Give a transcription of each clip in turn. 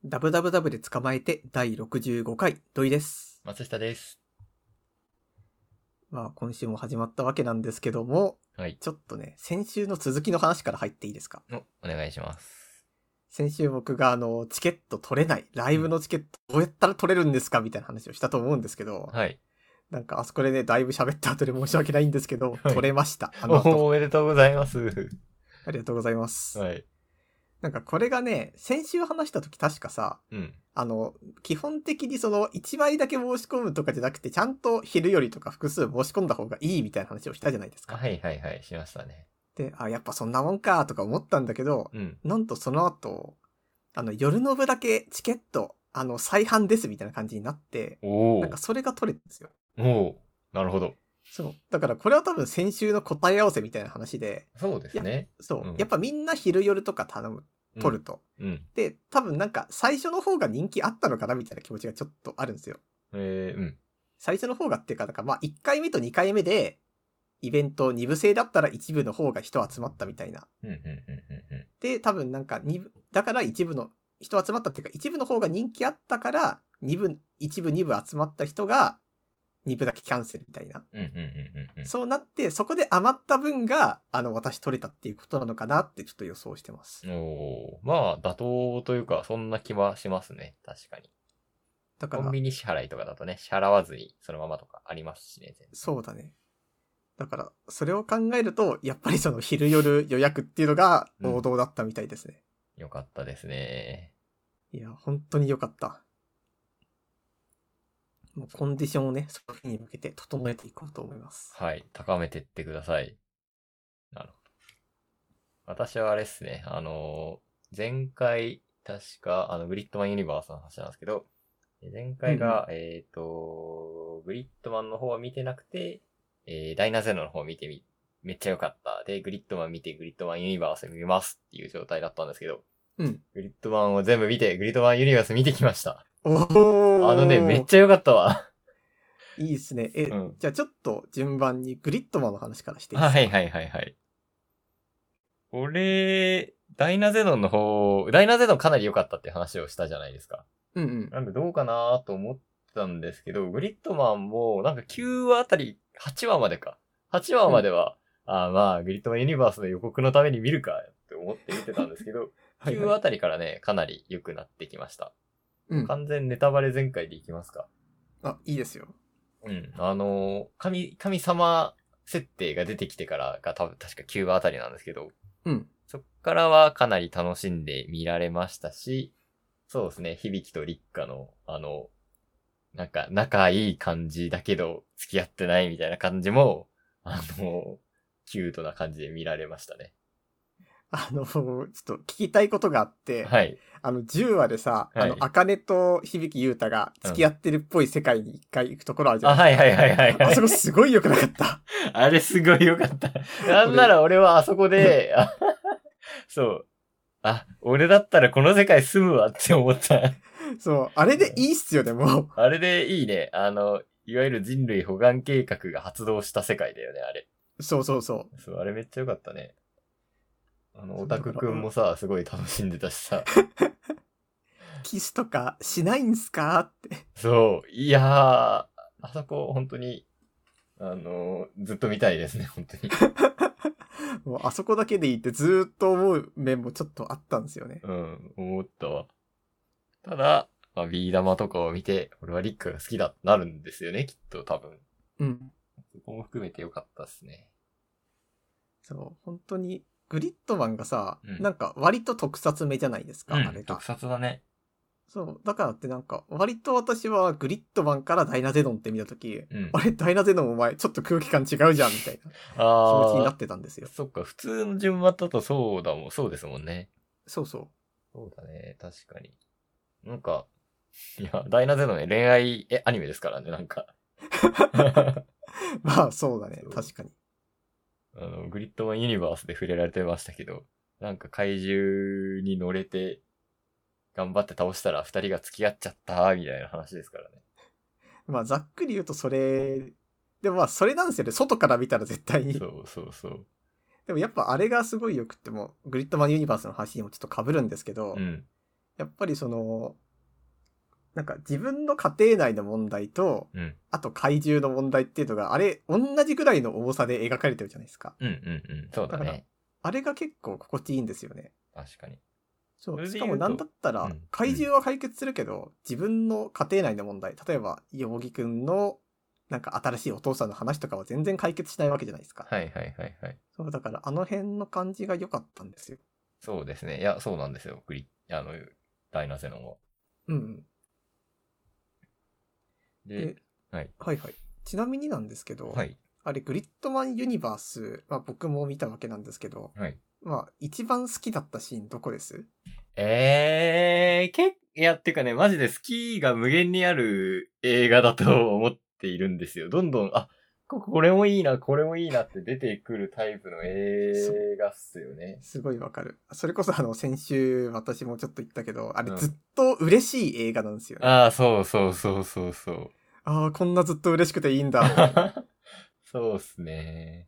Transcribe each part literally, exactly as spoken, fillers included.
ダブダブダブで捕まえてだいろくじゅうごかい、土井です。 松下です。 まあ今週も始まったわけなんですけども、 はい。 ちょっとね、先週の続きの話から入っていいですか？ お、お願いします。 先週僕があの、チケット取れない、ライブのチケットどうやったら取れるんですかみたいな話をしたと思うんですけど、 はい。 なんかあそこでね、だいぶ喋った後で申し訳ないんですけど、 はい取れました。あおの後。 おめでとうございます。 ありがとうございます。 はい。 なんかこれがね、先週話した時確かさ、 うん。 あの、基本的にそのいちまいだけ申し込むとかじゃなくて、ちゃんと昼よりとか複数申し込んだ方がいいみたいな話をしたじゃないですか。 はいはいはい、しましたね。 で、あ、やっぱそんなもんかとか思ったんだけど、 うん。 なんとその後、あの、夜の部だけチケット、あの、再販ですみたいな感じになって、 おお。 なんかそれが取れたんですよ。 おお。なるほど。 そう。だからこれは多分先週の答え合わせみたいな話で、 そうですね。 そう。 うんやっぱみんな昼夜とか頼む、取ると。 うん。うん、 で、多分なんか最初の方が人気あったのかなみたいな気持ちがちょっとあるんですよ。 えー、うん。 最初の方がっていうか、だからまあいっかいめとにかいめで、イベントに部制だったら一部の方が人集まったみたいな。 うん、うん、うん、うん。 で、多分なんかに部、だから一部の、人集まったっていうか一部の方が人気あったから、二部、一部二部集まった人が、二部だけキャンセルみたいな。 うん、うん、うん、うん。 そうなって、そこで余った分が、あの、私取れたっていうことなのかなってちょっと予想してます。 おお。まあ、妥当というか、そんな気はしますね。確かに。 だから、 コンビニ支払いとかだとね、支払わずにそのままとかありますしね、全然。 そうだね。だから、それを考えると、やっぱりその昼夜予約っていうのが王道だったみたいですね。 うん、よかったですね。 いや、本当に良かった。もうコンディションをね、その日に向けて整えていこうと思います。 はい。高めてってください。なるほど。私はあれっすね。あのー、前回、確か、あの、グリッドマンユニバースの話なんですけど、前回が、うんうん、えっ、ー、と、グリッドマンの方は見てなくて、えー、ダイナゼロの方を見てみ、めっちゃ良かった。で、グリッドマン見て、グリッドマンユニバース見ますっていう状態だったんですけど、 うん。 グリッドマンを全部見て、グリッドマンユニバース見てきました。 おー。 あのね、めっちゃ良かったわ。 いいっすね。え、うん、じゃあちょっと順番にグリッドマンの話からしていいですか？ はいはいはいはい。俺、ダイナゼノンの方、ダイナゼノンかなり良かったって話をしたじゃないですか。 うんうん。 なんでどうかなと思ったんですけど、グリッドマンもなんかきゅうわあたり、はちわまでか。はちわまでは、うん、あまあ、グリッドマンユニバースの予告のために見るかって思って見てたんですけど、はい、はい、きゅうわあたりからね、かなり良くなってきました。うん、完全ネタバレ全開でいきますか。 あ、いいですよ。 うん。あのー、神、神様設定が出てきてからが多分確かきゅうわあたりなんですけど、 うん。 そっからはかなり楽しんで見られましたし、そうですね、響と立花の、あの、なんか仲いい感じだけど付き合ってないみたいな感じも、あの、キュートな感じで見られましたね。 あの、ちょっと聞きたいことがあって、 はい。 あの、じゅうわでさ、はい、あの、あかねと響優太が付き合ってるっぽい世界に一回行くところあるじゃないですか。 うん、あ、はいはいはいはい、はい。 あそこすごい良くなかった。 あれすごい良かった。なんなら俺はあそこで、そう。あ、俺だったらこの世界住むわって思った。 そう、あれでいいっすよね、もう。 あれでいいね。あの、いわゆる人類保管計画が発動した世界だよね、あれ。 そうそうそう。 そう、あれめっちゃ良かったね。あの、オタクくんもさ、すごい楽しんでたしさ。 キスとかしないんすかって。 そう、いやー、あそこ本当に、あのー、ずっと見たいですね、本当に。 もうあそこだけでいいってずーっと思う面もちょっとあったんですよね。 うん、思ったわ。ただ、まあ、ビー玉とかを見て、俺はリックが好きだってなるんですよね、きっと多分。 うん。 そこも含めてよかったっすね。 そう、本当に、グリッドマンがさ、 うん、 なんか割と特撮目じゃないですか、 うん、 あれが。 特撮だね。 そう、だからってなんか、割と私はグリッドマンからダイナゼノンって見たとき、 うん、 あれ、ダイナゼノンお前、ちょっと空気感違うじゃん、みたいな気持ちになってたんですよ。 そっか、普通の順番だとそうだもん、そうですもんね。 そうそう。 そうだね、確かに。なんか、いや、ダイナゼノンね、恋愛、え、アニメですからね、なんか。 まあ、そうだね、確かに。 あの、グリッドマンユニバースで触れられてましたけど、なんか怪獣に乗れて、頑張って倒したら二人が付き合っちゃったみたいな話ですからね。 まあざっくり言うとそれ、でもまあそれなんですよね。外から見たら絶対に。 そうそうそう。 でもやっぱあれがすごいよくっても、グリッドマンユニバースの話にもちょっと被るんですけど、 うん、 やっぱりその、なんか自分の家庭内の問題と、 うん。 あと怪獣の問題っていうのが、あれ、同じぐらいの重さで描かれてるじゃないですか。 うんうんうん。そうだだからね。 あれが結構心地いいんですよね。 確かに。 そう。 それでしかもなんだったらうん、 怪獣は解決するけど、自分の家庭内の問題、例えば、よもぎくんの、なんか新しいお父さんの話とかは全然解決しないわけじゃないですか。 はいはいはいはい。 そう、だからあの辺の感じが良かったんですよ。 そうですね。いや、そうなんですよ。グリ、あの、ダイナゼノンは。 うんうん。 で、 で、 はい。 はいはい。ちなみになんですけど、 はい。 あれ、グリッドマンユニバース、まあ僕も見たわけなんですけど、 はい。 まあ一番好きだったシーンどこです？ えー、けいや、っていうかね、マジでスキーが無限にある映画だと思っているんですよ。どんどん、あ、ここれもいいな、これもいいなって出てくるタイプの映画っすよね。 すごいわかる。それこそあの先週私もちょっと言ったけど、あれうんずっと嬉しい映画なんですよね。 ああ、そうそうそうそうそう。 ああ、こんなずっと嬉しくていいんだ、みたいな。 そうっすね。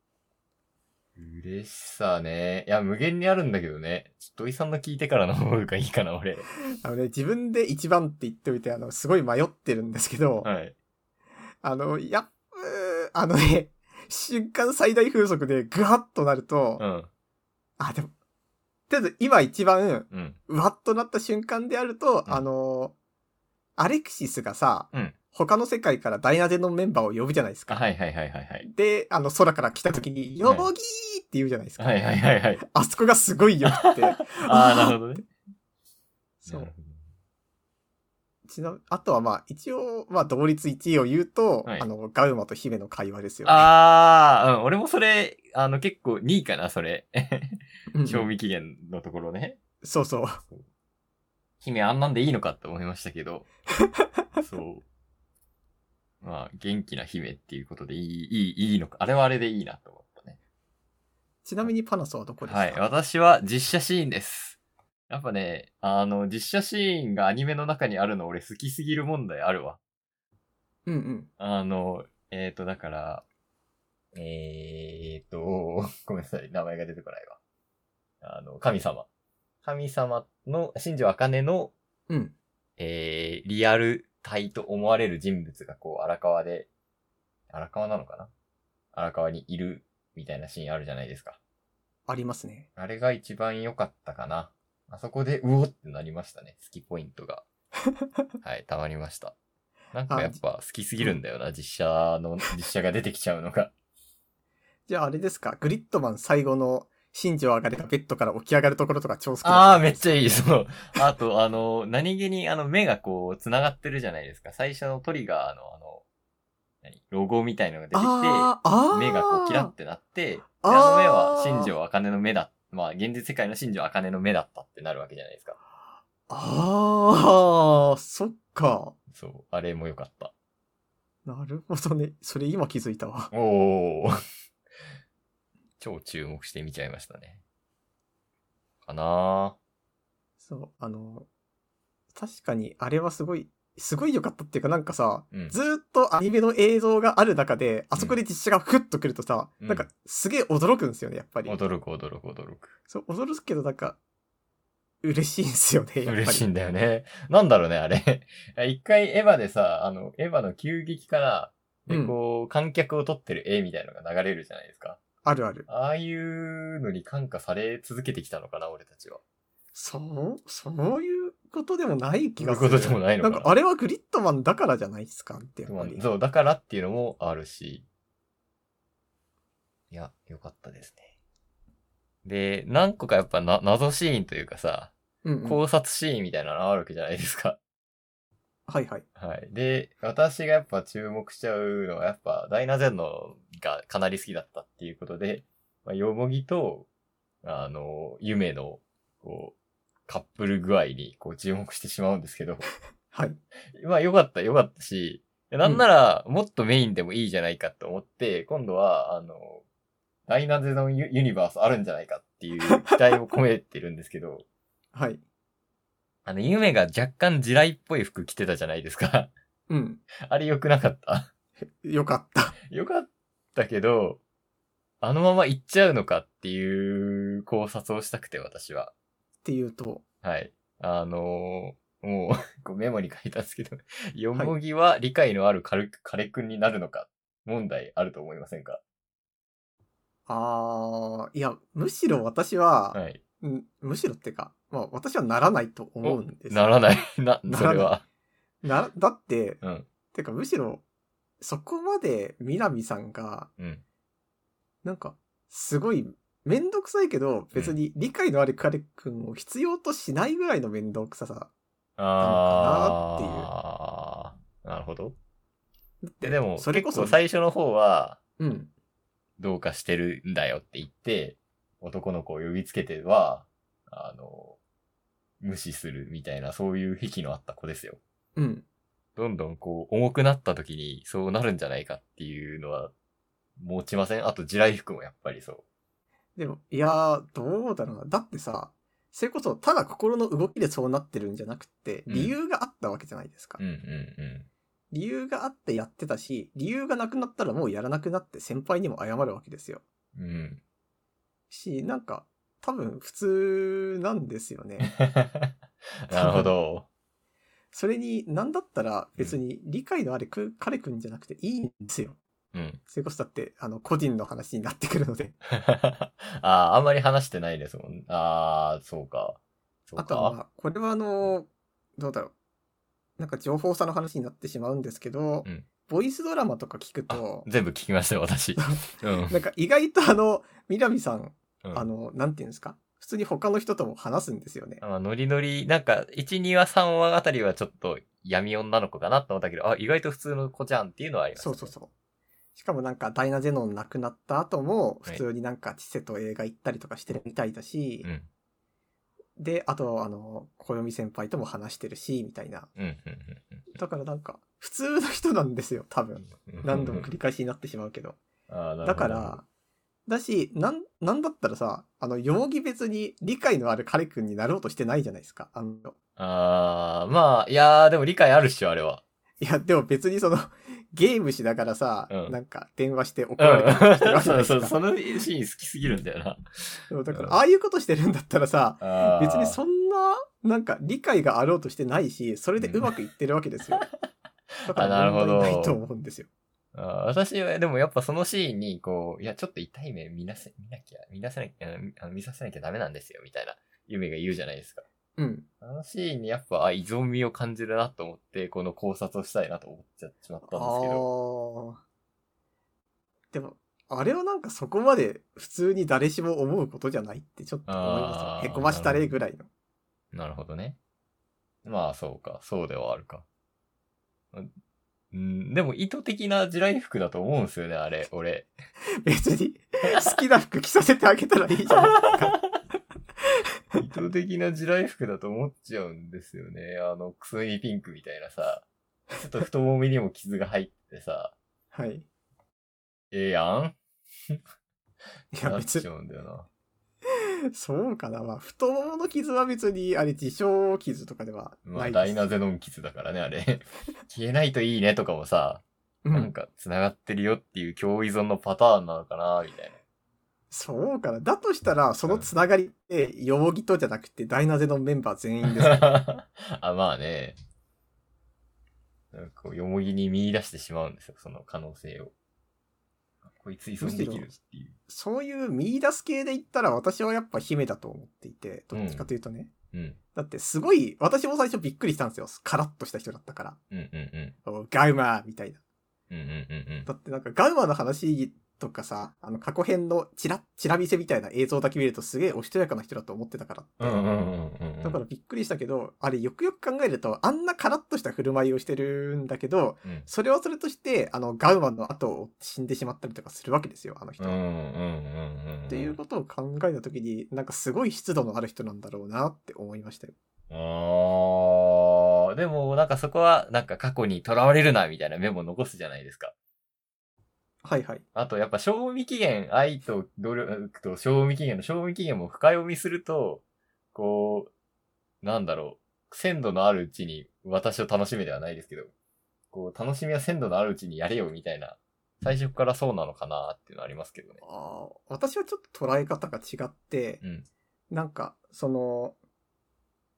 嬉しさね。いや、無限にあるんだけどね。ちょっと土井さんの聞いてからの方がいいかな、俺。 あのね、自分で一番って言っておいて、あの、すごい迷ってるんですけど、 はい。 あの、やっ、うーあのね、瞬間最大風速でグワッとなると、 うん。 あ、でも、とりあえず今一番、 うん。 うわっとなった瞬間であると、 うんあの、アレクシスがさ、 うん。 他の世界からダイナゼのメンバーを呼ぶじゃないですか。 あ、はいはいはいはいはい。 で、あの、空から来た時に、ヨモギーって言うじゃないですか。 はいはいはいはい。 あそこがすごい良くて。 ああ、なるほどね。 そうなる。ほどちな、あとはまあ、一応、まあ、同率いちいを言うと、 はいあの、ガウマと姫の会話ですよね。 ああ、うん、俺もそれ、あの、結構にいかな、それ。 うんうん賞味期限のところね。 そうそう。 姫あんなんでいいのかって思いましたけど。そう。まあ、元気な姫っていうことでいい、いい、いいのか。あれはあれでいいなと思ったね。 ちなみにパナソはどこですか？ はい。私は実写シーンです。やっぱね、あの、実写シーンがアニメの中にあるの俺好きすぎる問題あるわ。 うんうん。 あの、えーと、だから、えーと、ごめんなさい、名前が出てこないわ。あの、神様。神様の、新庄茜の、 うん。 えー、リアル体と思われる人物がこう、荒川で、荒川なのかな荒川にいるみたいなシーンあるじゃないですか。 ありますね。 あれが一番良かったかな。あそこで、うおってなりましたね。好きポイントが。はい、たまりました。なんかやっぱ好きすぎるんだよな、実写の、実写が出てきちゃうのが。 じゃああれですか、グリッドマン最後の新庄茜がベッドから起き上がるところとか超好きだったああ、めっゃちゃいい、そう。あと、あの、何気にあの目がこう、繋がってるじゃないですか。最初のトリガーのあの、何ロゴみたいのが出てきて、 あーあー目がこうキラってなって、であーあの目は新庄茜の目だ。まあ、現実世界の新庄茜の目だったってなるわけじゃないですか。 ああ、そっか。 そう、あれも良かった。 なるほどね。それ今気づいたわ。 おー。超注目して見ちゃいましたね。かなそう、あの、確かにあれはすごい、すごい良かったっていうかなんかさ、 うんずーっとアニメの映像がある中で、あそこで実写がフッとくるとさ、 うんなんかすげえ驚くんですよね、やっぱり。 驚く驚く驚く。 そう、驚くけどなんか、嬉しいんですよね、やっぱり。 嬉しいんだよね。なんだろうね、あれ。一回エヴァでさ、あの、エヴァの急激から、で、 うんこう、観客を撮ってる絵みたいなのが流れるじゃないですか。 あるある。 ああいうのに感化され続けてきたのかな、俺たちは。 そう、そういうことでもない気がする。 そういうことでもないのかななんかあれはグリッドマンだからじゃないですかってやっぱり。 そう、だからっていうのもあるし。いや、よかったですね。で、何個かやっぱな、謎シーンというかさ、 うんうん、 考察シーンみたいなのあるわけじゃないですか。 はいはい。 はい。で、私がやっぱ注目しちゃうのは、やっぱ、ダイナゼンのがかなり好きだったっていうことで、まあ、ヨモギと、あの、ユメの、こう、カップル具合に、こう、注目してしまうんですけど。 はい。 まあ、よかった、よかったし、なんなら、もっとメインでもいいじゃないかと思って、今度は、あの、ダイナゼのユユニバースあるんじゃないかっていう期待を込めてるんですけど、 はい。 あの、ユメが若干地雷っぽい服着てたじゃないですか。 うん。 あれ良くなかったよかった。 よかったけど、あのまま行っちゃうのかっていう考察をしたくて、私は。 っていうと、 はい。 あのー、もう、こうメモに書いたんですけど、よもぎは理解のあるカレカレ君になるのか、問題あると思いませんか？ あー、いや、むしろ私は、 はい。 んむしろってか、まあ私はならないと思うんですよ。 ならない。な、 ならない。 それは。 な、だって、 うん。 てかむしろ、そこまで南さんが、 うん。 なんか、すごい、めんどくさいけど、別に理解のある彼くんを必要としないぐらいのめんどくささなのかなっていう。 あー、なるほど。で、でだって、 も結それこそ、 構最初の方は、 うん。 どうかしてるんだよって言って、男の子を呼びつけては、あの、無視するみたいな、そういう癖のあった子ですよ。 うん。 どんどんこう、重くなった時にそうなるんじゃないかっていうのは、持ちません？あと、地雷服もやっぱりそう。 でも、いやー、どうだろうな。だってさ、それこそ、ただ心の動きでそうなってるんじゃなくて、 うん理由があったわけじゃないですか。 うんうん理由があってやってたし、理由がなくなったらもうやらなくなって先輩にも謝るわけですよ。 うん。うん。 し、なんか、多分普通なんですよね。 なるほ多分。 ど。 それに、なんだったら別に理解のあるく彼くんじゃなくていいんですよ。 うん。 それこそだって、あの、個人の話になってくるので。 ああ、あんまり話してないですもん。ああ、そうか。そうか。 あとはまあ、これはあの、どうだろう。なんか情報差の話になってしまうんですけど、 うん。 ボイスドラマとか聞くあ、 と、 全部聞きましたよ、私。うん。 なんか意外とあの、南さん、 うん。 あの、なんていうんですか、普通に他の人とも話すんですよね。 まあ、ノリノリ、なんか、いち、にわ、さんわあたりはちょっと闇女の子かなと思ったけど、あ、意外と普通の子じゃんっていうのはありましたね。 そうそうそう。しかもなんかダイナゼノン亡くなった後も、普はい。 通になんかチセと映画行ったりとかしてるみたいだし、 うん。 で、あとあの、暦先輩とも話してるし、みたいな。 うん、うん、 だからなんか、普通の人なんですよ、多分。 うん。 何度も繰り返しになってしまうけど。 ああ、なるだほど、なるほど。 から、だし、なん、なんだったらさ、あの、よもぎ別に理解のある彼くんになろうとしてないじゃないですか。あの、 ああ、まあ、いやー、でも理解あるっしょ、あれは。 いや、でも別にその、ゲームしながらさ、 うん。 なんか電話して怒うられたりとかしてるわん。そうそう、 けじゃないですか。 そのシーン好きすぎるんだよな。 そうだから、 うん。 ああいうことしてるんだったらさ、別にああ、 そんな、なんか理解があろうとしてないし、それでううん。 まくいってるわけですよ。だかあ、 らなるほ問題ないとど。 思うんですよ。 あー私は、でもやっぱそのシーンに、こう、いや、ちょっと痛い目見なせ、見なきゃ、見なせなきゃ、あの見させなきゃダメなんですよ、みたいな、夢が言うじゃないですか。 うん。 あのシーンにやっぱ、あ、依存味を感じるなと思って、この考察をしたいなと思っちゃってしまったんですけど。 ああ。でも、あれはなんかそこまで普通に誰しも思うことじゃないってちょっと思いますよ。へああ、 こましたなるほど。 れぐらいの。 なるほどね。まあ、そうか。そうではあるか。うん、でも意図的な地雷服だと思うんですよね、あれ、俺。 別に好きな服着させてあげたらいいじゃないですか。 意図的な地雷服だと思っちゃうんですよね。あの、くすみピンクみたいなさ、ちょっと太ももにも傷が入ってさ、 はい。 ええやんいや別、 なっちゃうんだよな。 そうかな。まあ、太ももの傷は別に、あれ自傷傷とかではまあ、 ないですし。 ダイナゼノン傷だからね、あれ。消えないといいねとかもさ、 うん。 なんか繋がってるよっていう共依存のパターンなのかな、みたいそうかな。だとしたら、そな。 のうん。 つながりって、ヨモギとじゃなくて、ダイナゼのメンバー全員ですけどね。 あ、まあね。なんかこう、よもぎに見出してしまうんですよ、その可能性を。こいつ依むしろ、 存できるっていう。 そういう見出す系で言ったら、私はやっぱ姫だと思っていて、どっちかというとね。 うん。 だってすごい、私も最初びっくりしたんですよ。カラッとした人だったから。 うんうんうん。 おガウマーみたいな。 うんうんうんうん。 だってなんかガウマーの話とかさ、あの過去編のチラッ、チラ見せみたいな映像だけ見るとすげえおしとやかな人だと思ってたからって。 うんうんうんうんうん。 だからびっくりしたけど、あれよくよく考えると、あんなカラッとした振る舞いをしてるんだけど、 うん。 それはそれとして、あの、ガウマンの後を死んでしまったりとかするわけですよ、あの人は。 うんうんうんうんっていうことを考えたときに、なんかすごい湿度のある人なんだろうなって思いましたよ。 あー、でもなんかそこはなんか過去に囚われるなみたいなメモ残すじゃないですか。 はいはい。 あとやっぱ賞味期限、愛と努力と賞味期限の賞味期限も深読みすると、こう、なんだろう、鮮度のあるうちに私を楽しめではないですけど、こう、楽しみは鮮度のあるうちにやれよみたいな、最初からそうなのかなっていうのはありますけどね。 あー、私はちょっと捉え方が違って、 うん。 なんか、その、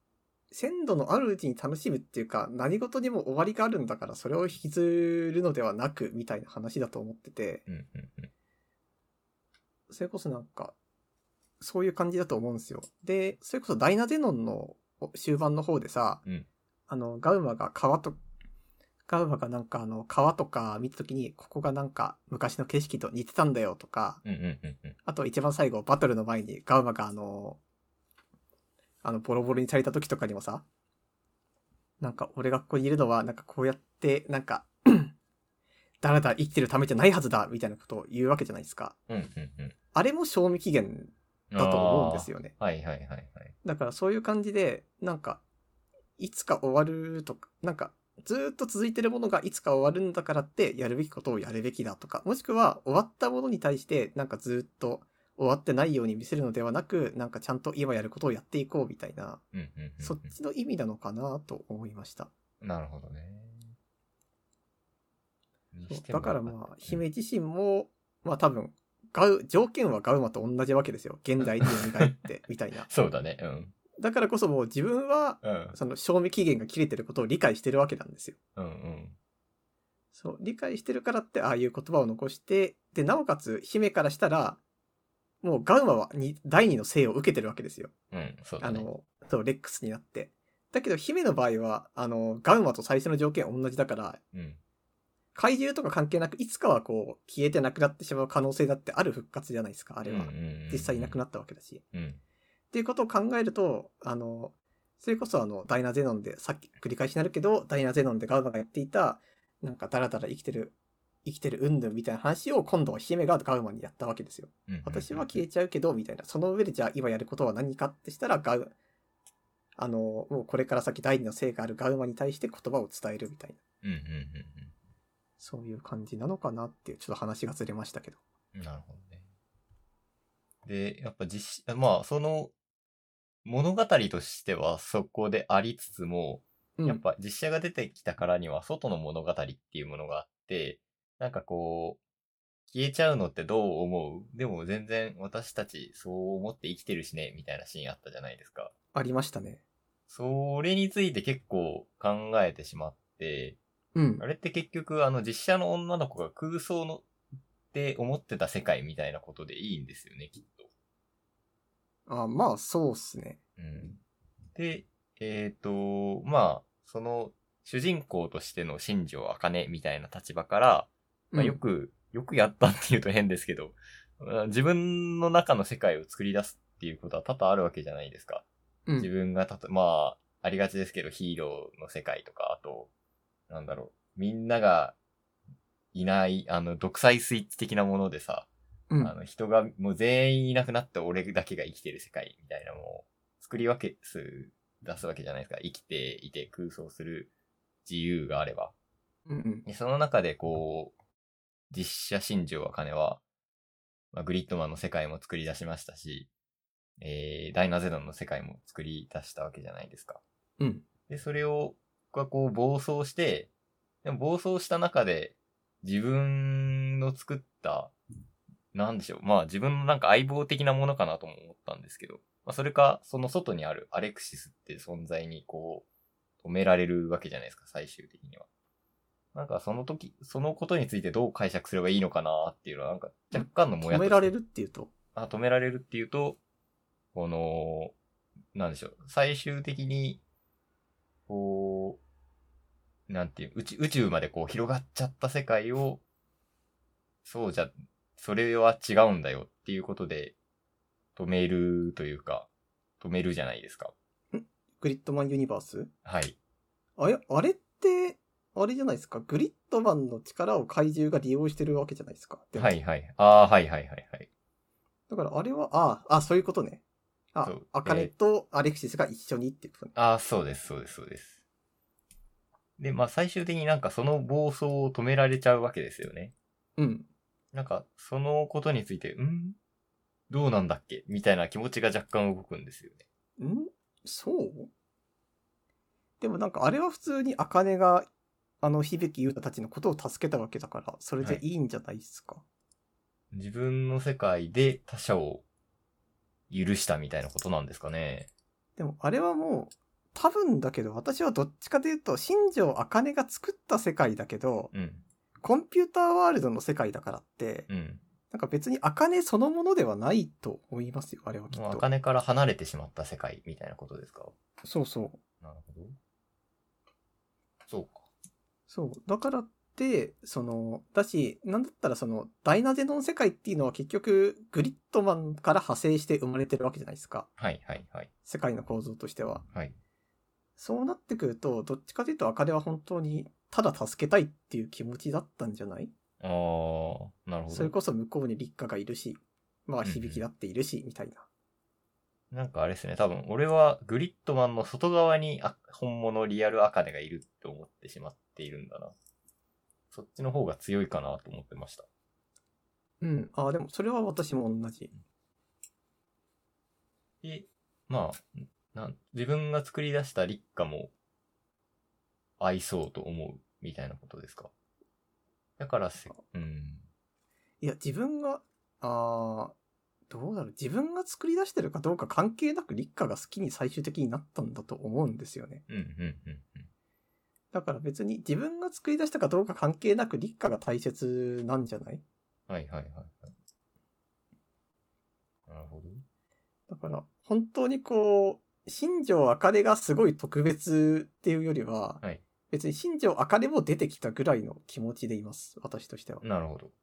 鮮度のあるうちに楽しむっていうか、何事にも終わりがあるんだからそれを引きずるのではなくみたいな話だと思ってて、 うんうんうん。 それこそなんかそういう感じだと思うんですよ。で、それこそダイナゼノンの終盤の方でさ、 うん、 あのガウマが川とガウマがなんかあの川とか見たときにここがなんか昔の景色と似てたんだよとか、 うんうんうんうん。 あと一番最後バトルの前にガウマがあのあのボロボロにされた時とかにもさ、なんか俺がここにいるのはなんかこうやってなんかだらだら生きてるためじゃないはずだみたいなことを言うわけじゃないですか。 うんうんうん。 あれも賞味期限だと思うんですよね。 はいはいはいはい。 だからそういう感じでなんかいつか終わるとか、なんかずーっと続いてるものがいつか終わるんだからってやるべきことをやるべきだとか、もしくは終わったものに対してなんかずーっと終わってないように見せるのではなく、なんかちゃんと今やることをやっていこうみたいな、 うんうんうんうん。 そっちの意味なのかなと思いました。 なるほどね。 そうだからまあ、姫うん自身も、まあ多分、ガウ、条件はガウマと同じわけですよ。現代に蘇ってみたいな。 そうだね。うん。 だからこそもう自分は、 うん。 その賞味期限が切れてることを理解してるわけなんですよ。 うんうん。 そう、理解してるからってああいう言葉を残して、で、なおかつ姫からしたら、もうガウマはに第二の生を受けてるわけですよ。 うん、そうだね。 あの、そう、レックスになって。だけど姫の場合は、あの、ガウマと最初の条件同じだから、 うん。 怪獣とか関係なく、いつかはこう、消えてなくなってしまう可能性だってある復活じゃないですか、あれは。 うんうんうんうん、 実際いなくなったわけだし。 うん。 っていうことを考えると、あの、それこそあの、ダイナゼノンで、さっき繰り返しになるけど、ダイナゼノンでガウマがやっていた、なんかダラダラ生きてる、生きてるうんぬんみたいな話を今度は姫がガウマにやったわけですよ。 うんうんうん、 私は消えちゃうけど、みたいな。その上でじゃあ今やることは何かってしたら、ガウ、あの、もうこれから先第二の性があるガウマに対して言葉を伝えるみたいな。 うんうんうんうん。 そういう感じなのかなっていう、ちょっと話がずれましたけど。 なるほどね。で、やっぱ実写、まあ、その、物語としてはそこでありつつも、 うん、 やっぱ実写が出てきたからには外の物語っていうものがあって、なんかこう、消えちゃうのってどう思う？でも全然私たちそう思って生きてるしね、みたいなシーンあったじゃないですか。 ありましたね。 それについて結構考えてしまって、 うん。 あれって結局あの実写の女の子が空想のって思ってた世界みたいなことでいいんですよね、きっと。 あ、まあ、そうっすね。 うん。で、えっと、まあ、その主人公としての新庄茜みたいな立場から、まあ、よく、うん、よくやったっていうと変ですけど、自分の中の世界を作り出すっていうことは多々あるわけじゃないですか。 うん、 自分がたと、まあ、ありがちですけど、ヒーローの世界とか、あと、なんだろう、みんながいない、あの、独裁スイッチ的なものでさ、うん、あの、人がもう全員いなくなって俺だけが生きてる世界みたいなのを作り分けす、出すわけじゃないですか。生きていて空想する自由があれば。 うんうん、 その中でこう、実写新庄茜は、まあ、グリッドマンの世界も作り出しましたし、えー、ダイナゼノンの世界も作り出したわけじゃないですか。 うん。 で、それを、がこう暴走して、でも暴走した中で自分の作った、なんでしょう。まあ自分のなんか相棒的なものかなとも思ったんですけど、まあそれか、その外にあるアレクシスって存在にこう、止められるわけじゃないですか、最終的には。なんかその時、そのことについてどう解釈すればいいのかなっていうのはなんか若干のもやっと。 止められるっていうとあ、止められるっていうと、この、なんでしょう。最終的に、こう、なんていう、宇宙、宇宙までこう広がっちゃった世界を、そうじゃ、それは違うんだよっていうことで、止めるというか、止めるじゃないですか。 んグリッドマンユニバース？ はい。 あれ、あれって、あれじゃないですか。グリッドマンの力を怪獣が利用してるわけじゃないですか。 はいはい。ああ、はいはいはいはい。 だからあれは、ああ、あそういうことね。あ、アカネとアレクシスが一緒にっていうことね。 ああ、そうですそうですそうです。で、まあ最終的になんかその暴走を止められちゃうわけですよね。 うん。 なんか、そのことについて、んどうなんだっけみたいな気持ちが若干動くんですよね。んそうでもなんかあれは普通にアカネが、あの、響優太たちのことを助けたわけだから、それでいいんじゃないですか。はい、 自分の世界で他者を許したみたいなことなんですかね。 でもあれはもう、 多分だけど、私はどっちかというと、新庄茜が作った世界だけど、 うん。 コンピューターワールドの世界だからって、 うん。 なんか別に茜そのものではないと思いますよ、あれはきっと。 茜から離れてしまった世界みたいなことですか？ そうそう。 なるほど。そうか。 そう。だからって、その、だし、なんだったらその、ダイナゼノン世界っていうのは結局、グリッドマンから派生して生まれてるわけじゃないですか。 はいはいはい。 世界の構造としては。 はい。 そうなってくると、どっちかというと、茜は本当に、ただ助けたいっていう気持ちだったんじゃない？ あー、なるほど。 それこそ向こうに立花がいるし、まあ響きだっているし、 うんうん、 みたいな。 なんかあれですね、多分俺はグリッドマンの外側にあ本物リアル茜がいるって思ってしまっているんだな。そっちの方が強いかなと思ってました。 うん。ああ、でもそれは私も同じ。 で、まあ、なん自分が作り出した立花も愛そうと思うみたいなことですか？だからせ、うん。 いや、自分が、ああ、どうだろう。自分が作り出してるかどうか関係なく立花が好きに最終的になったんだと思うんですよね。 うん、うん、うん、うん。 だから別に自分が作り出したかどうか関係なく立花が大切なんじゃない？ はいはいはいはい。なるほど。 だから本当にこう、新庄茜がすごい特別っていうよりは、 はい。 別に新庄茜も出てきたぐらいの気持ちでいます。私としては。 なるほど。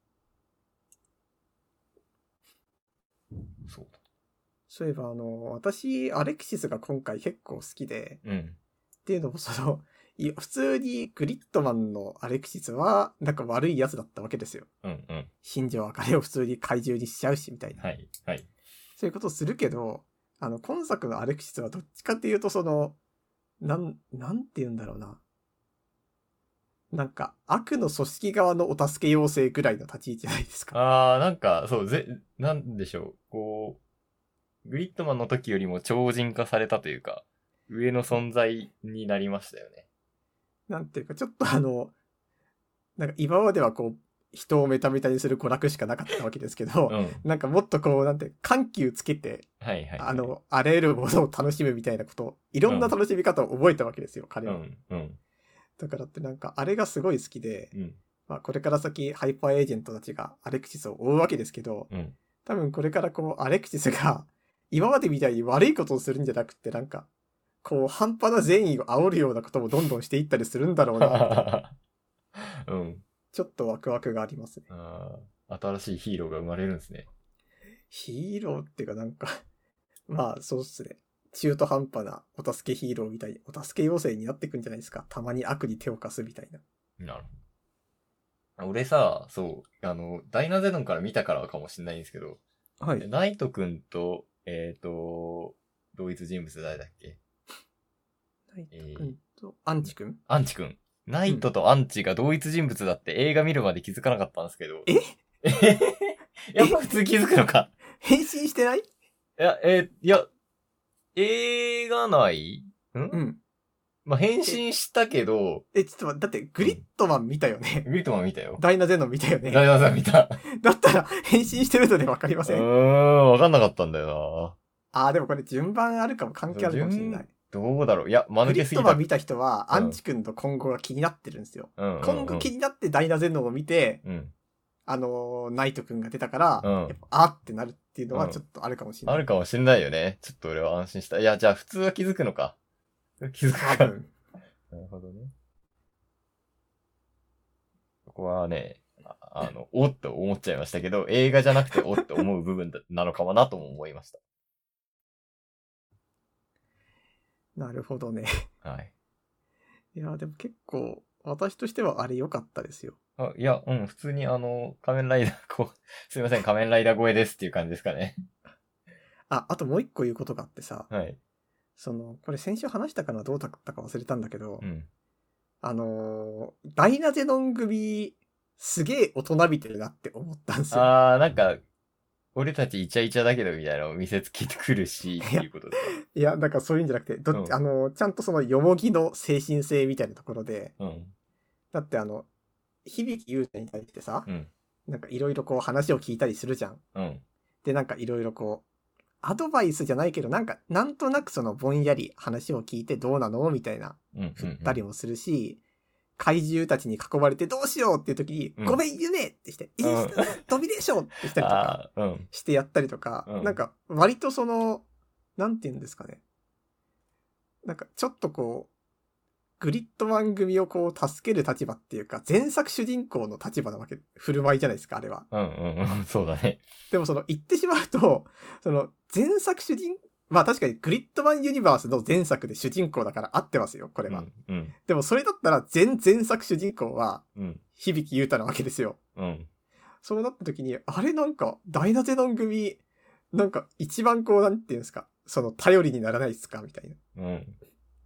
そうだ。 そういえばあの、私、アレクシスが今回結構好きで、 うん。 っていうのもその、いや普通にグリッドマンのアレクシスは、なんか悪いやつだったわけですよ。 うんうん。 新庄茜を普通に怪獣にしちゃうし、みたいな。 はい。はい。 そういうことをするけど、あの、今作のアレクシスはどっちかっていうと、その、なん、なんて言うんだろうな。なんか、悪の組織側のお助け要請ぐらいの立ち位置じゃないですか。 あー、なんか、そう、ぜ、なんでしょう。こう、グリッドマンの時よりも超人化されたというか、上の存在になりましたよね。 なんていうか、ちょっとあの、なんか今まではこう、人をメタメタにする娯楽しかなかったわけですけど、 うん。 なんかもっとこう、なんて、緩急つけて、 はいはい、はい。 あの、あらゆるものを楽しむみたいなこと、いろんな楽しみ方を覚えたわけですよ、彼は。 うん。うん。 だからってなんか、あれがすごい好きで、 うん。 まあこれから先、ハイパーエージェントたちがアレクシスを追うわけですけど、 うん。 多分これからこう、アレクシスが、今までみたいに悪いことをするんじゃなくって、なんか、こう、半端な善意を煽るようなこともどんどんしていったりするんだろうなうん。 ちょっとワクワクがありますね。 あ新しいヒーローが生まれるんですね。 ヒーローっていうかなんかまあそうっすね。中途半端なお助けヒーローみたいに、お助け要請になってくんじゃないですか。たまに悪に手を貸すみたいな。 なるほど。俺さ、そう、あの、ダイナゼノンから見たからかもしれないんですけど、 はい。 ナイト君と、えっ、ー、と、同一人物誰だっけ？ ナイト君と、アンチ君アンチ君。ナイトとアンチが同一人物だって映画見るまで気づかなかったんですけど。 ええやっぱ普通気づくのか。 変身してない？ いや、えー、いや、映画内んうん。 まあ、変身したけど。 え、ちょっと待って、だってグリッドマン見たよね。 グリッドマン見たよ。 ダイナゼノン見たよね。 ダイナゼノン見た。 だったら変身してるのでわかりません？ うーん、わかんなかったんだよな。あー、でもこれ順番あるかも、関係あるかもしれない。 どうだろういや、間抜けすぎた。 グリッドマン見た人は、アンチ君の今後が気になってるんですよ。 うんうんうん、 今後気になってダイナゼノンを見て、 うん、 あのー、ナイト君が出たから、 うん、 やっぱあってなるっていうのはちょっとあるかもしれない。 うん、あるかもしれないよね。ちょっと俺は安心した。いや、じゃあ普通は気づくのか。気づくか。 多分。 なるほどね。ここはね、あ, あの、おっと思っちゃいましたけど、映画じゃなくておっと思う部分なのかもなとも思いました。 なるほどね。 はい。 いや、でも結構、私としてはあれ良かったですよ。 あ、いや、うん、普通にあの、仮面ライダー、こう、すいません、仮面ライダー超えですっていう感じですかね。 あ、あともう一個言うことがあってさ、 はい。 その、これ先週話したかなどうだったか忘れたんだけど、 うん。 あのー、ダイナゼノン組、すげえ大人びてるなって思ったんですよ。 あー、なんか、俺たちイチャイチャだけどみたいなのを見せつけてくるし、っていうことですか。 いや、なんかそういうんじゃなくて、どっち、うん、あの、ちゃんとそのよもぎの精神性みたいなところで、 うん。 だってあの、響優太に対してさ、 うん、 なんかいろいろこう話を聞いたりするじゃん。 うん。 で、なんかいろいろこう、 アドバイスじゃないけど、なんか、なんとなくそのぼんやり話を聞いてどうなのみたいな、 うんうんうん、 振ったりもするし、怪獣たちに囲まれてどうしようっていう時に、うん、ごめん、夢ってして、いいっす、飛びでしょってしたりとか、してやったりとか、うん、なんか、割とその、なんて言うんですかね。なんか、ちょっとこう、グリッドマン組をこう、助ける立場っていうか、前作主人公の立場なわけ、振る舞いじゃないですか、あれは。 うんうんうん、そうだね。 でもその、言ってしまうと、その、前作主人、まあ確かにグリッドマンユニバースの前作で主人公だから合ってますよ、これは。 うんうん、 でもそれだったら前前作主人公は、 うん、 響優太なわけですよ。 うん。 そうなった時に、あれなんか、ダイナゼノン組、なんか一番こう、なんていうんですか、その頼りにならないっすかみたいな。 うん。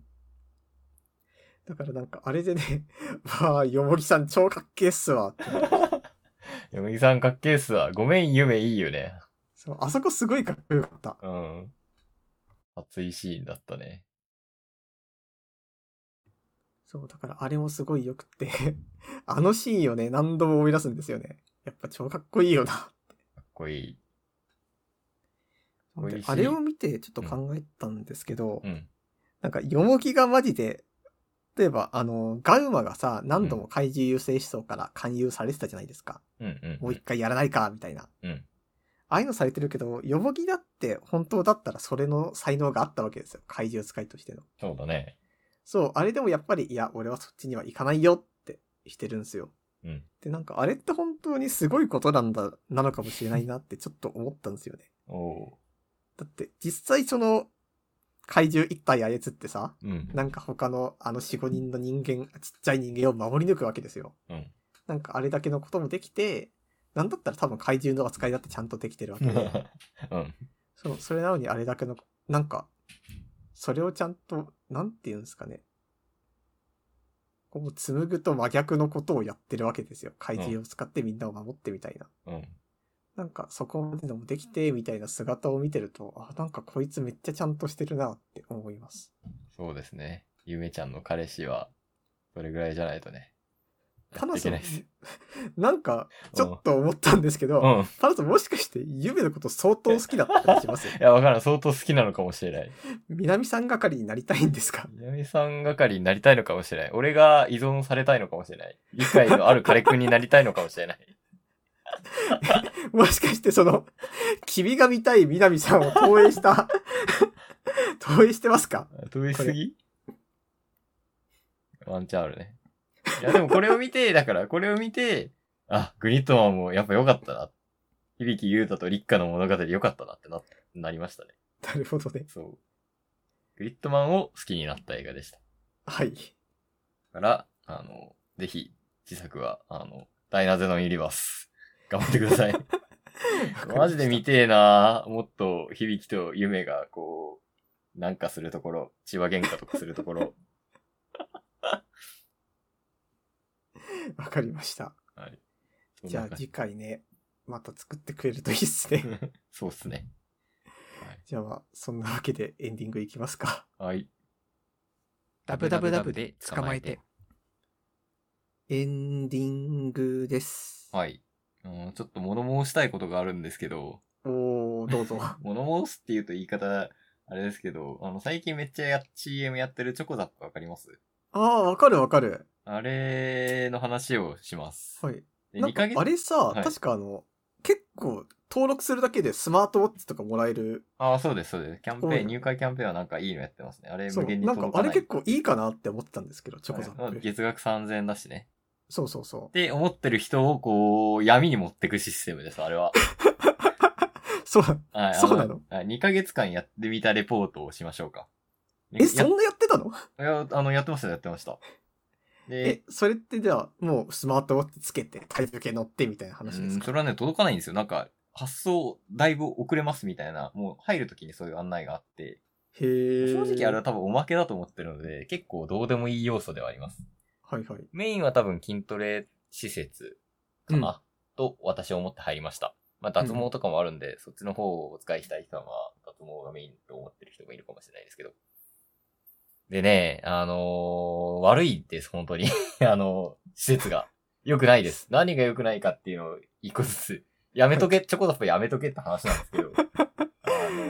だからなんかあれでね、わあ、よもぎさん超かっけーっすわ。 よもぎさんかっけーっすわ。ごめん、夢いいよね。 そう、あそこすごいかっこよかった。 うん。熱いシーンだったね。 そう、だからあれもすごい良くて、あのシーンをね、何度も思い出すんですよね。やっぱ超かっこいいよな。かっこいい。 であれを見てちょっと考えたんですけど、 うんうん、 なんかよもぎがマジで、例えばあの、ガウマがさ、何度も怪獣優勢思想から勧誘されてたじゃないですか。 うんうんうん、 もう一回やらないか、みたいな。 うんああいうのされてるけど、よもぎだって本当だったらそれの才能があったわけですよ。怪獣使いとしての。 そうだね。 そう、あれでもやっぱり、いや、俺はそっちには行かないよってしてるんですよ。 うん。 で、なんかあれって本当にすごいことなんだ、なのかもしれないなってちょっと思ったんですよね。 おだって実際その怪獣一体操ってさ、 うん、 なんか他のあのよん、ごにんの人間、ちっちゃい人間を守り抜くわけですよ。 うん。 なんかあれだけのこともできて、なんだったら多分怪獣の扱いだってちゃんとできてるわけで。 うん。 そう、それなのにあれだけの、なんか、それをちゃんと、なんて言うんですかね。こう、紡ぐと真逆のことをやってるわけですよ。怪獣を使ってみんなを守ってみたいな。 うん。 なんかそこまでのもできて、みたいな姿を見てると、あ、なんかこいつめっちゃちゃんとしてるなって思います。 そうですね。ゆめちゃんの彼氏は、それぐらいじゃないとね。 パナソン、なんか、ちょっと思ったんですけど、うん、パナソンもしかして夢のこと相当好きだったりしますよ。 いや、わからん。相当好きなのかもしれない。 南さん係になりたいんですか？ 南さん係になりたいのかもしれない。俺が依存されたいのかもしれない。理解のある彼くんになりたいのかもしれない。 もしかしてその、君が見たい南さんを投影した、投影してますか？ 投影しすぎ？ワンチャンあるね。いやでもこれを見て、だからこれを見て、あ、グリッドマンもやっぱ良かったな。響優太と立花の物語良かったなってな、なりましたね。 なるほどね。 そう。グリッドマンを好きになった映画でした。 はい。 だから、あの、ぜひ、自作は、あの、ダイナゼノンユニバース、頑張ってください。マジで見てえなもっと響と夢がこう、なんかするところ、血話喧嘩とかするところ。 わかりました。 はい。 じゃあ次回ね、また作ってくれるといいっすね。 そうっすね。 はい、じゃあまあ、そんなわけでエンディングいきますか。 はい。 ダブダブダブで捕まえて。エンディングです。 はい。うん、ちょっと物申したいことがあるんですけど。 おー、どうぞ。 物申すって言うと言い方、あれですけど、あの、最近めっちゃや シーエム やってるチョコザップわかります？ ああ、わかるわかる。 あれの話をします。 はい。なんかあれさ、はい、確かあの、結構登録するだけでスマートウォッチとかもらえる。 ああ、そうです、そうです。キャンペーン、入会キャンペーンはなんかいいのやってますね。あれ無限に届かない。 なんかあれ結構いいかなって思ってたんですけど、チョコザップ。 はい、月額さんぜんえんだしね。 そうそうそう。 って思ってる人をこう、闇に持ってくシステムです、あれは。 そう、はい、そうなの？ にかげつかんやってみたレポートをしましょうか。 え、そんなやってたの？ いや、あの、やってました、やってました。 え、それってじゃあ、もうスマートウォッチつけて、体重計乗ってみたいな話ですか？ うん、それはね、届かないんですよ。なんか、発送だいぶ遅れますみたいな、もう入るときにそういう案内があって。 へー。 正直あれは多分おまけだと思ってるので、結構どうでもいい要素ではあります。 はいはい。 メインは多分筋トレ施設かな、うん、と私は思って入りました。まあ脱毛とかもあるんで、うん、そっちの方をお使いしたい人はまあ脱毛がメインと思ってる人もいるかもしれないですけど。でね、あのー、悪いです、本当に。あのー、施設が。良くないです。何が良くないかっていうのを一個ずつ。やめとけ、チョコザップやめとけって話なんですけど。あの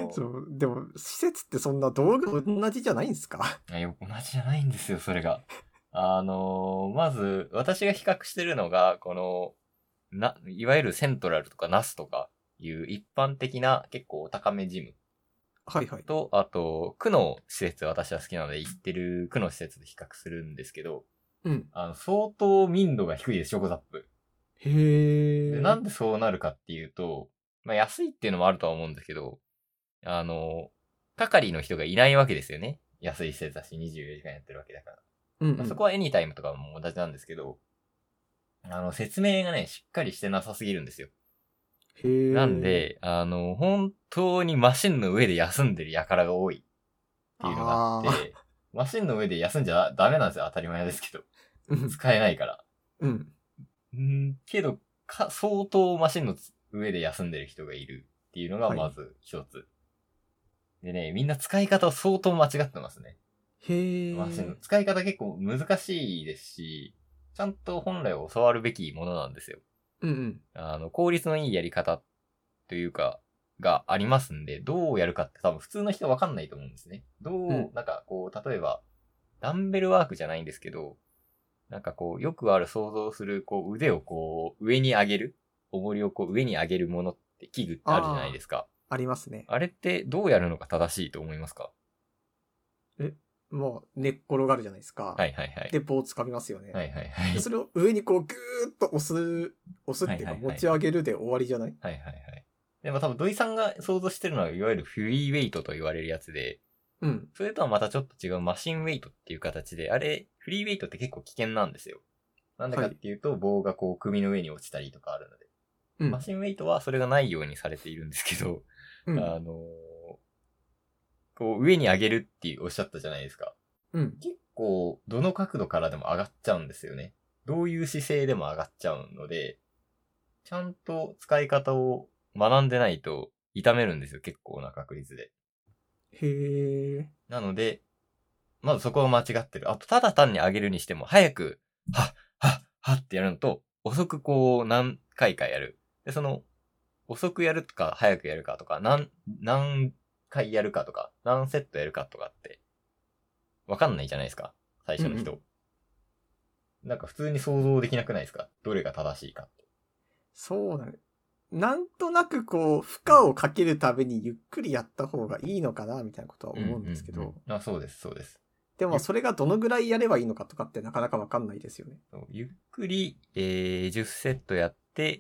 う。 そう、でも、施設ってそんな道具同じじゃないんすか？ いや、同じじゃないんですよ、それが。あのー、まず、私が比較してるのが、この、な、いわゆるセントラルとかナスとかいう一般的な結構高めジムはいはい。 と、あと、区の施設、私は好きなので行ってる区の施設で比較するんですけど、 うん。 あの、相当民度が低いです、チョコザップ。 へで、なんー。 でそうなるかっていうと、まあ安いっていうのもあるとは思うんですけど、あの、係の人がいないわけですよね。安い施設だし、にじゅうよじかんやってるわけだから。 うんうん。 まあ、そこはエニタイムとかも同じなんですけど、あの、説明がね、しっかりしてなさすぎるんですよ。 へー。 なんで、あの、本当にマシンの上で休んでる輩が多いっていうのがあっあて、マシンの上で休んじゃダメなんですよ。当たり前ですけど。 ー。 使えないから。 うん。 んけど、か、相当マシンの上で休んでる人がいるっていうのがまず一つ。でね、みんな使い方を相当間違ってますね。 へー。 マシンの使い方結構難しいですし、ちゃんと本来は教わるべきものなんですよ。 うんうん。 あの、効率のいいやり方というか、がありますんで、どうやるかって多分普通の人わかんないと思うんですね。どう、 うん、 なんかこう、例えば、ダンベルワークじゃないんですけど、なんかこう、よくある想像する、こう、腕をこう、上に上げる重りをこう、上に上げるものって器具ってあるじゃないですか。 ありますね。 あれってどうやるのが正しいと思いますか？ え、もう寝っ転がるじゃないですか。 はいはいはい。 で、棒掴みますよね。 はいはいはい。 で、それを上にこう、ぐーっと押す、押すっていうか、 はいはいはい持ち上げるで終わりじゃない？ はいはいはい。でも多分土井さんが想像してるのは、いわゆるフリーウェイトと言われるやつで、 うん。 それとはまたちょっと違うマシンウェイトっていう形で、あれ、フリーウェイトって結構危険なんですよ。なんでかっていうと、棒がこう首の上に落ちたりとかあるので。 うん。 マシンウェイトはそれがないようにされているんですけど、 うん。 あのー、こう上に上げるっておっしゃったじゃないですか。 うん。 結構、どの角度からでも上がっちゃうんですよね。どういう姿勢でも上がっちゃうので、ちゃんと使い方を学んでないと痛めるんですよ、結構な確率で。 へー。 なので、まずそこが間違ってる。あと、ただ単に上げるにしても、早く、はっ、はっ、はっってやるのと、遅くこう、何回かやる。で、その、遅くやるとか、早くやるかとか、何、何回やるかとか、何セットやるかとかって、わかんないじゃないですか。最初の人。 うんうんなんか普通に想像できなくないですか？どれが正しいかって。 そうだね。なんとなくこう、負荷をかけるためにゆっくりやった方がいいのかな、みたいなことは思うんですけど。 うんうんうん、あ、そうです、そうです。 でもそれがどのぐらいやればいいのかとかってなかなかわかんないですよね。 ゆっくり、えー、じゅっセットやって、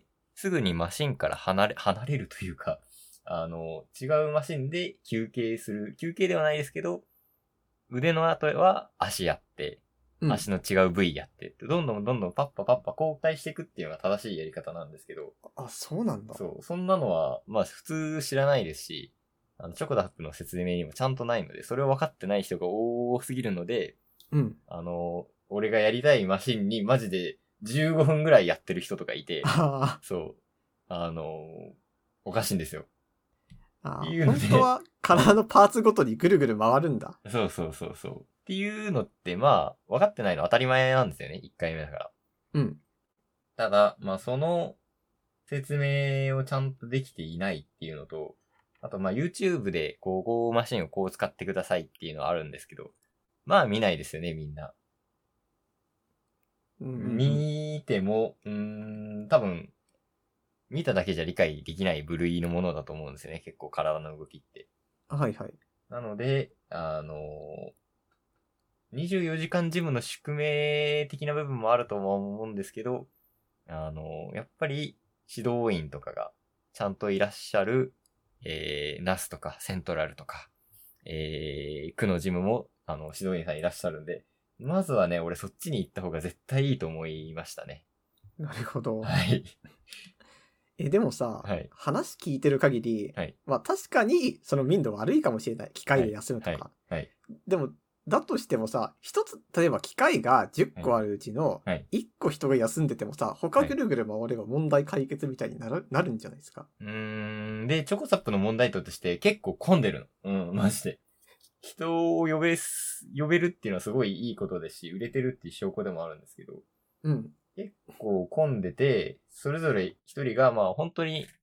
すぐにマシンから離れ、離れるというか、あの、違うマシンで休憩する。休憩ではないですけど、腕の後は足やって、 うん。 足の違う部位やってって、どんどんどんどんパッパパッパ交代していくっていうのが正しいやり方なんですけど、 あ、そうなんだ。 そう、そんなのは、まあ普通知らないですし、あの、チョコダップの説明にもちゃんとないので、それを分かってない人が多すぎるので、 うん。 あの、俺がやりたいマシンにマジでじゅうごふんぐらいやってる人とかいて、 あそう、あの、おかしいんですよ。 あ、 いうので本当は体のパーツごとにぐるぐる回るんだ。 そうそうそうそう。っていうのって、まあ、分かってないのは当たり前なんですよね。いっかいめだから。 うん。 ただ、まあ、その説明をちゃんとできていないっていうのと、あと、まあ、YouTube で、こう、こうマシンをこう使ってくださいっていうのはあるんですけど、まあ、見ないですよね、みんな。 うんうんうん、 見ても、うーん、多分、見ただけじゃ理解できない部類のものだと思うんですよね。結構体の動きって。 はいはい。 なので、あの、にじゅうよじかんジムの宿命的な部分もあると思うんですけど、あの、やっぱり指導員とかがちゃんといらっしゃる、えー、ナスとかセントラルとか、えー、区のジムも、あの、指導員さんいらっしゃるんで、まずはね、俺そっちに行った方が絶対いいと思いましたね。 なるほど。 はい。 え、でもさ、 はい。 話聞いてる限り、 はい。 まあ確かにその民度悪いかもしれない。機械で休むとか。 はい。はい。 でも、だとしてもさ、一つ、例えば機械がじゅっこあるうちのはい。 いっこ人が休んでてもさ、他ぐるぐる回れば問題解決みたいになる、なるんじゃないですか。 うーん。で、チョコサップの問題点として結構混んでるの。うん、マジで。人を呼べす、呼べるっていうのはすごいいいことですし、売れてるっていう証拠でもあるんですけど、 うん。 結構混んでて、それぞれ一人がまあ本当に普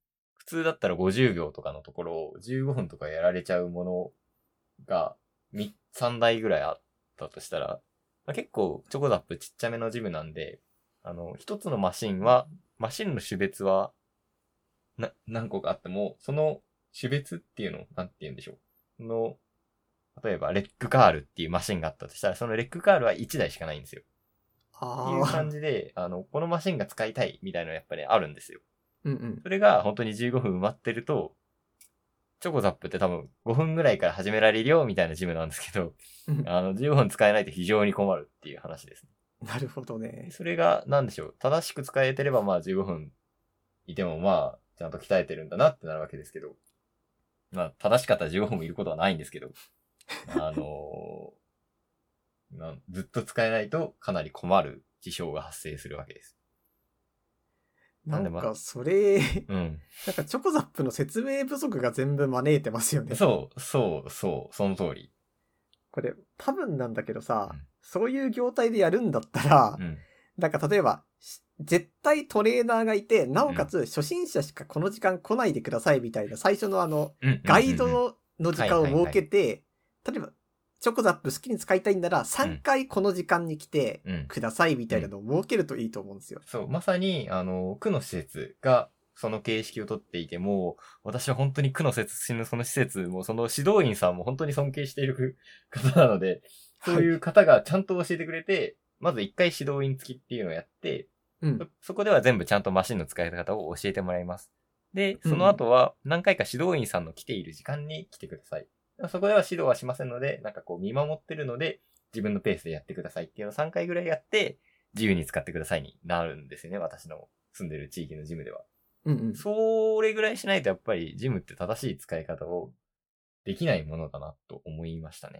通だったらごじゅうびょうとかのところをじゅうごふんとかやられちゃうものがさんだいぐらいあったとしたら、まあ、結構チョコザップちっちゃめのジムなんで、あの、一つのマシンは、マシンの種別は、な、何個かあっても、その種別っていうの、なんて言うんでしょう。その、例えば、レッグカールっていうマシンがあったとしたら、そのレッグカールはいちだいしかないんですよ。っていう感じで、あの、このマシンが使いたいみたいなのやっぱりあるんですよ。 うんうん。 それが本当にじゅうごふん埋まってると、チョコザップって多分ごふんぐらいから始められるよみたいなジムなんですけど、あの、じゅうごふん使えないと非常に困るっていう話ですね。 なるほどね。 それが、なんでしょう。正しく使えてれば、まあじゅうごふんいても、まあ、ちゃんと鍛えてるんだなってなるわけですけど。まあ、正しかったらじゅうごふんもいることはないんですけど、あのー、なずっと使えないとかなり困る事象が発生するわけです。 なんか、それ、 うん。 なんかチョコザップの説明不足が全部招いてますよね。 そう、そう、そう、その通り。 これ、多分なんだけどさ、 うん、 そういう業態でやるんだったら、 うん、 なんか例えば、絶対トレーナーがいて、なおかつ初心者しかこの時間来ないでくださいみたいな最初のあの、ガイドの時間を設けて、例えば、チョコザップ好きに使いたいんならさんかいこの時間に来てくださいみたいなのを設けるといいと思うんですよ。 うんうん、そう、まさに、あの、区の施設がその形式をとっていても、私は本当に区の施設、その施設も、その指導員さんも本当に尊敬している方なので、そういう方がちゃんと教えてくれて、はい、まず一回指導員付きっていうのをやって、 うん、 そ, そこでは全部ちゃんとマシンの使い方を教えてもらいます。で、その後は何回か指導員さんの来ている時間に来てください。そこでは指導はしませんので、なんかこう見守ってるので、自分のペースでやってくださいっていうのをさんかいぐらいやって、自由に使ってくださいになるんですよね。私の住んでる地域のジムでは。 うんうん、 それぐらいしないとやっぱりジムって正しい使い方をできないものだなと思いましたね。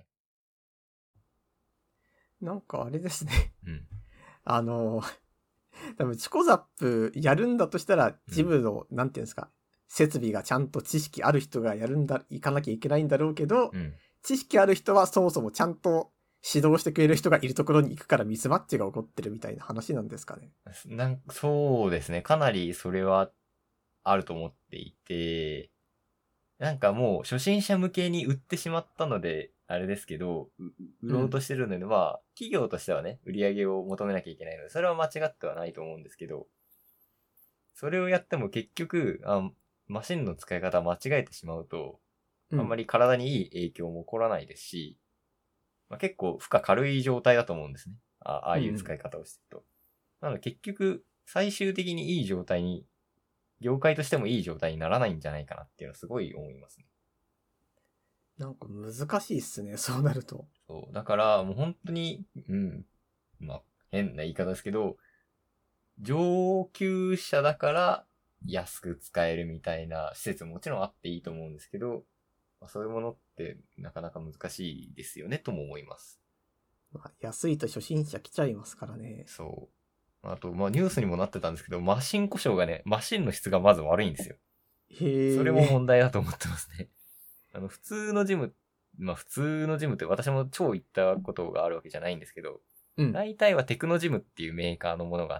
なんかあれですね。 うん。 あの、多分チコザップやるんだとしたら、ジムの、うん、なんていうんですか、設備がちゃんと知識ある人がやるんだ、行かなきゃいけないんだろうけど、 うん、 知識ある人はそもそもちゃんと指導してくれる人がいるところに行くからミスマッチが起こってるみたいな話なんですかね。 なんそうですね。かなりそれはあると思っていて、なんかもう初心者向けに売ってしまったので、あれですけど、売ろうとしてるので、まあ、企業としてはね、売り上げを求めなきゃいけないので、それは間違ってはないと思うんですけど、それをやっても結局、あマシンの使い方間違えてしまうと、あんまり体にいい影響も起こらないですし、まあ、結構負荷軽い状態だと思うんですね。あああいう使い方をしてると。なので結局、最終的にいい状態に、業界としてもいい状態にならないんじゃないかなっていうのはすごい思いますね。 なんか難しいっすね、そうなると。 そう。だから、もう本当に、うん。まあ、変な言い方ですけど、上級者だから安く使えるみたいな施設ももちろんあっていいと思うんですけど、まあ、そういうものってなかなか難しいですよね、とも思います。 まあ、安いと初心者来ちゃいますからね。 そう。あと、まあニュースにもなってたんですけど、マシン故障がね、マシンの質がまず悪いんですよ。 へえ。 それも問題だと思ってますね。あの、普通のジム、まあ普通のジムって私も超行ったことがあるわけじゃないんですけど、 うん、 大体はテクノジムっていうメーカーのものがあって、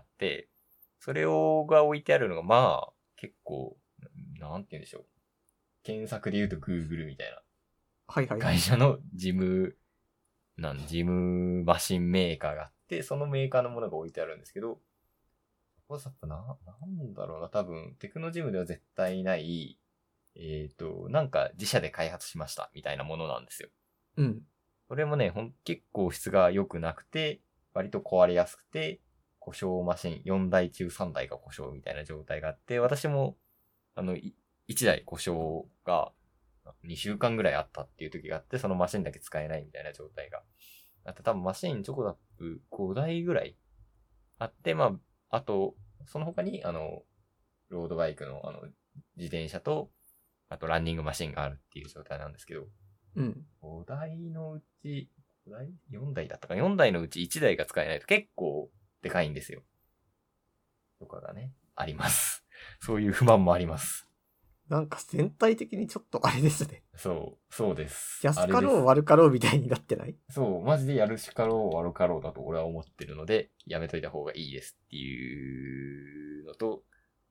それをが置いてあるのが、まあ、結構、なんて言うんでしょう。検索で言うと Google みたいな。 はいはい。 会社の事務、なん、事務マシンメーカーがあって、そのメーカーのものが置いてあるんですけど、おそらくな、なんだろうな、多分、テクノジムでは絶対ない、えっと、なんか自社で開発しましたみたいなものなんですよ。 うん。 これもね、ほん、結構質が良くなくて、割と壊れやすくて、故障マシンよんだい中さんだいが故障みたいな状態があって、私も、あの、いちだい故障がにしゅうかんぐらいあったっていう時があって、そのマシンだけ使えないみたいな状態があって、多分マシンチョコザップごだいぐらいあって、まあ、あと、その他に、あの、ロードバイクの、あの、自転車と、あとランニングマシンがあるっていう状態なんですけど、 うん。 ごだいのうち、ごだい ?よん 台だったか ?よん 台のうちいちだいが使えないと結構でかいんですよ。とかがね、あります。そういう不満もあります。 なんか全体的にちょっとあれですね。 そう、そうです。 安かろう悪かろうみたいになってない？ そう、マジでやるしかろう悪かろうだと俺は思ってるので、やめといた方がいいですっていうのと、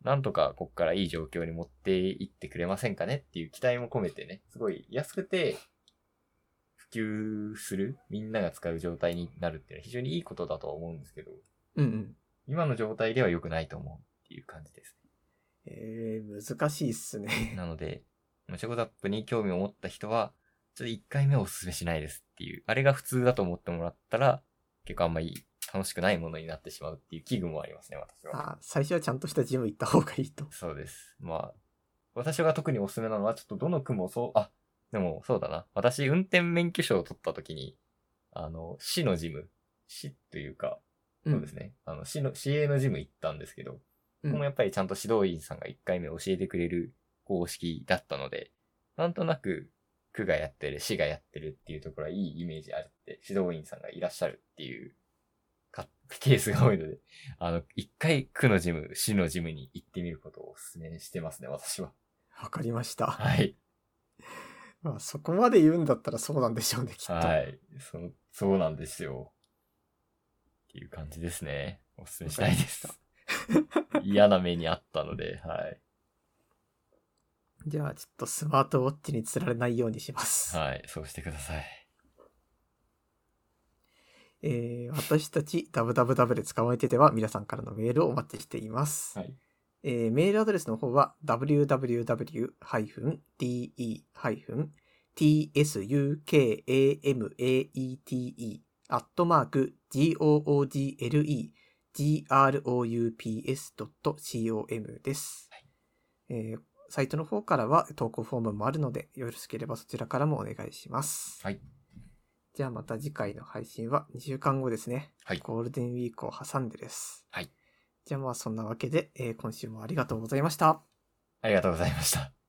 なんとかこっからいい状況に持っていってくれませんかねっていう期待も込めてね、すごい安くて普及する、みんなが使う状態になるっていうのは非常にいいことだとは思うんですけど、 うんうん。 今の状態では良くないと思うっていう感じですね。えー、難しいっすね。 なので、チョコザップに興味を持った人は、ちょっといっかいめはおすすめしないですっていう、あれが普通だと思ってもらったら、結構あんまり楽しくないものになってしまうっていう危惧もありますね、私は。 あ、最初はちゃんとしたジム行った方がいいと。 そうです。まあ、私が特におすすめなのは、ちょっとどの区もそう、あ、でもそうだな。私、運転免許証を取った時に、あの、市のジム、市というか、そうですね。うん、あの、市の、市営のジム行ったんですけど、ここもやっぱりちゃんと指導員さんがいっかいめ教えてくれる公式だったので、なんとなく、区がやってる、市がやってるっていうところはいいイメージあるって、指導員さんがいらっしゃるっていうかケースが多いので、あの、一回区のジム、市のジムに行ってみることをお勧めしてますね、私は。 わかりました。 はい。 まあ、そこまで言うんだったらそうなんでしょうね、きっと。 はい。そ、そうなんですよ。っていう感じですね。お勧めしたいです。嫌な目にあったので、はい。 じゃあ、ちょっとスマートウォッチに釣られないようにします。 はい、そうしてください。 えー、私たち ダブダブダブ で使われてては皆さんからのメールをお待ちしています。 はい。 えー、メールアドレスの方は ダブリューダブリューダブリュー ディー イー ティー エス ユー ケー エー エム エー イー ティー イー アットマーク ジー オー オー ジー エル イー ジー アール オー ユー ピー エス ドット コム です。はい。えーサイトの方からは投稿フォームもあるので、よろしければそちらからもお願いします。 はい。 じゃあまた次回の配信はにしゅうかんごですね。 はい。 ゴールデンウィークを挟んでです。 はい。 じゃあまあそんなわけで、えー、今週もありがとうございました。 ありがとうございました。